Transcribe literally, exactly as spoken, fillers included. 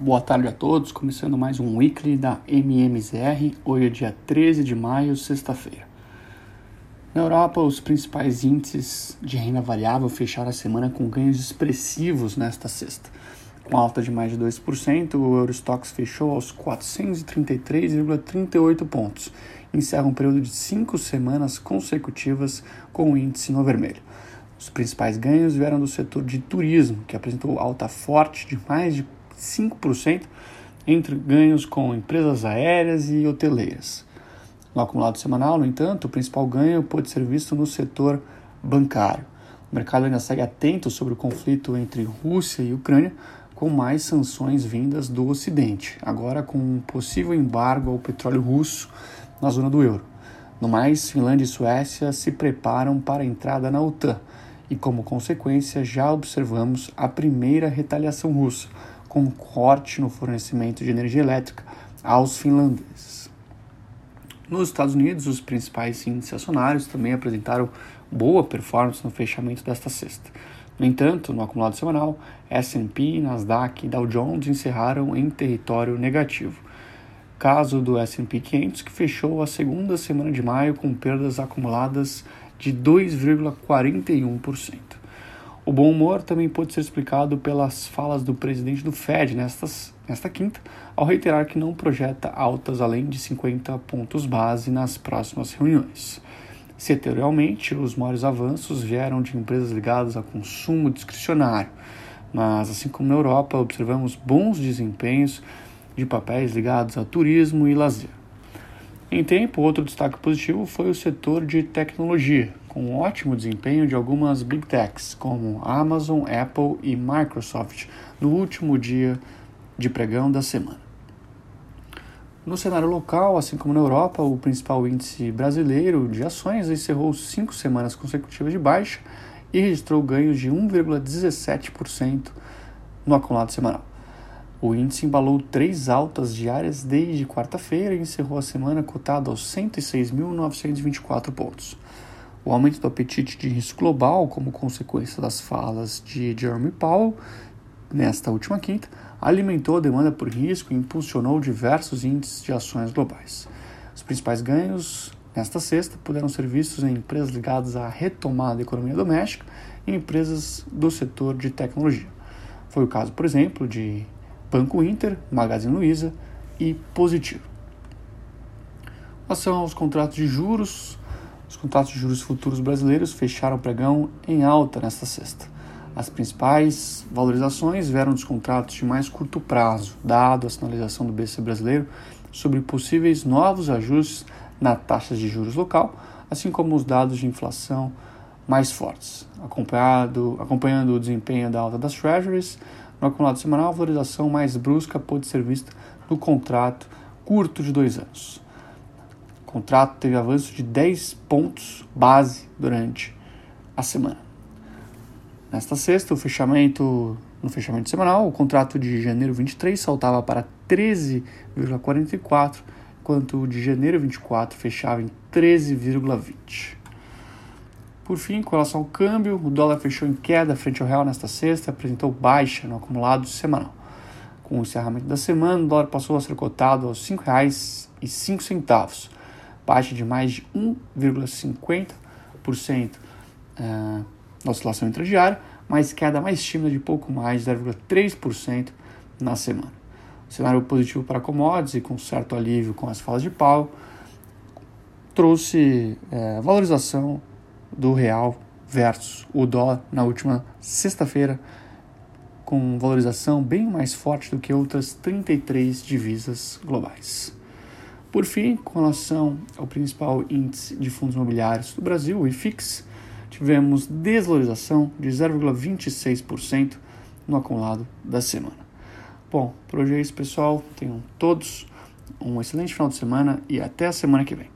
Boa tarde a todos, começando mais um Weekly da M M Z R, hoje é dia treze de maio, sexta-feira. Na Europa, os principais índices de renda variável fecharam a semana com ganhos expressivos nesta sexta. Com alta de mais de dois por cento, o Eurostoxx fechou aos quatrocentos e trinta e três vírgula trinta e oito pontos, e encerra um período de cinco semanas consecutivas com o índice no vermelho. Os principais ganhos vieram do setor de turismo, que apresentou alta forte de mais de cinco por cento, entre ganhos com empresas aéreas e hoteleiras. No acumulado semanal, no entanto, o principal ganho pôde ser visto no setor bancário. O mercado ainda segue atento sobre o conflito entre Rússia e Ucrânia, com mais sanções vindas do Ocidente, agora com um possível embargo ao petróleo russo na zona do euro. No mais, Finlândia e Suécia se preparam para a entrada na OTAN, e como consequência já observamos a primeira retaliação russa, com um corte no fornecimento de energia elétrica aos finlandeses. Nos Estados Unidos, os principais índices acionários também apresentaram boa performance no fechamento desta sexta. No entanto, no acumulado semanal, S and P, Nasdaq e Dow Jones encerraram em território negativo. Caso do S and P quinhentos, que fechou a segunda semana de maio com perdas acumuladas de dois vírgula quarenta e um por cento. O bom humor também pode ser explicado pelas falas do presidente do Fed nestas, nesta quinta, ao reiterar que não projeta altas além de cinquenta pontos base nas próximas reuniões. Setorialmente, os maiores avanços vieram de empresas ligadas a consumo discricionário, mas assim como na Europa, observamos bons desempenhos de papéis ligados a turismo e lazer. Em tempo, outro destaque positivo foi o setor de tecnologia, com um ótimo desempenho de algumas Big Techs, como Amazon, Apple e Microsoft, no último dia de pregão da semana. No cenário local, assim como na Europa, o principal índice brasileiro de ações encerrou cinco semanas consecutivas de baixa e registrou ganhos de um vírgula dezessete por cento no acumulado semanal. O índice embalou três altas diárias desde quarta-feira e encerrou a semana cotado aos cento e seis mil novecentos e vinte e quatro pontos. O aumento do apetite de risco global, como consequência das falas de Jerome Powell nesta última quinta, alimentou a demanda por risco e impulsionou diversos índices de ações globais. Os principais ganhos nesta sexta puderam ser vistos em empresas ligadas à retomada da economia doméstica e empresas do setor de tecnologia. Foi o caso, por exemplo, de Banco Inter, Magazine Luiza e Positivo. Em relação aos contratos de juros, os contratos de juros futuros brasileiros fecharam o pregão em alta nesta sexta. As principais valorizações vieram dos contratos de mais curto prazo, dado a sinalização do B C brasileiro sobre possíveis novos ajustes na taxa de juros local, assim como os dados de inflação mais fortes. Acompanhado, acompanhando o desempenho da alta das Treasuries, no acumulado semanal, a valorização mais brusca pode ser vista no contrato curto de dois anos. O contrato teve avanço de dez pontos base durante a semana. Nesta sexta, o fechamento, no fechamento semanal, o contrato de janeiro vinte e três saltava para treze vírgula quarenta e quatro, enquanto o de janeiro vinte e quatro fechava em treze vírgula vinte. Por fim, com relação ao câmbio, o dólar fechou em queda frente ao real nesta sexta e apresentou baixa no acumulado semanal. Com o encerramento da semana, o dólar passou a ser cotado aos cinco reais e cinco centavos, baixa de mais de um vírgula cinquenta por cento uh, na oscilação intradiária, mas queda mais tímida de pouco mais de zero vírgula três por cento na semana. O cenário positivo para commodities e com certo alívio com as falas de Powell trouxe uh, valorização do real versus o dólar na última sexta-feira, com valorização bem mais forte do que outras trinta e três divisas globais. Por fim, com relação ao principal índice de fundos imobiliários do Brasil, o I F I X, tivemos desvalorização de zero vírgula vinte e seis por cento no acumulado da semana. Bom, por hoje é isso, pessoal. Tenham todos um excelente final de semana e até a semana que vem.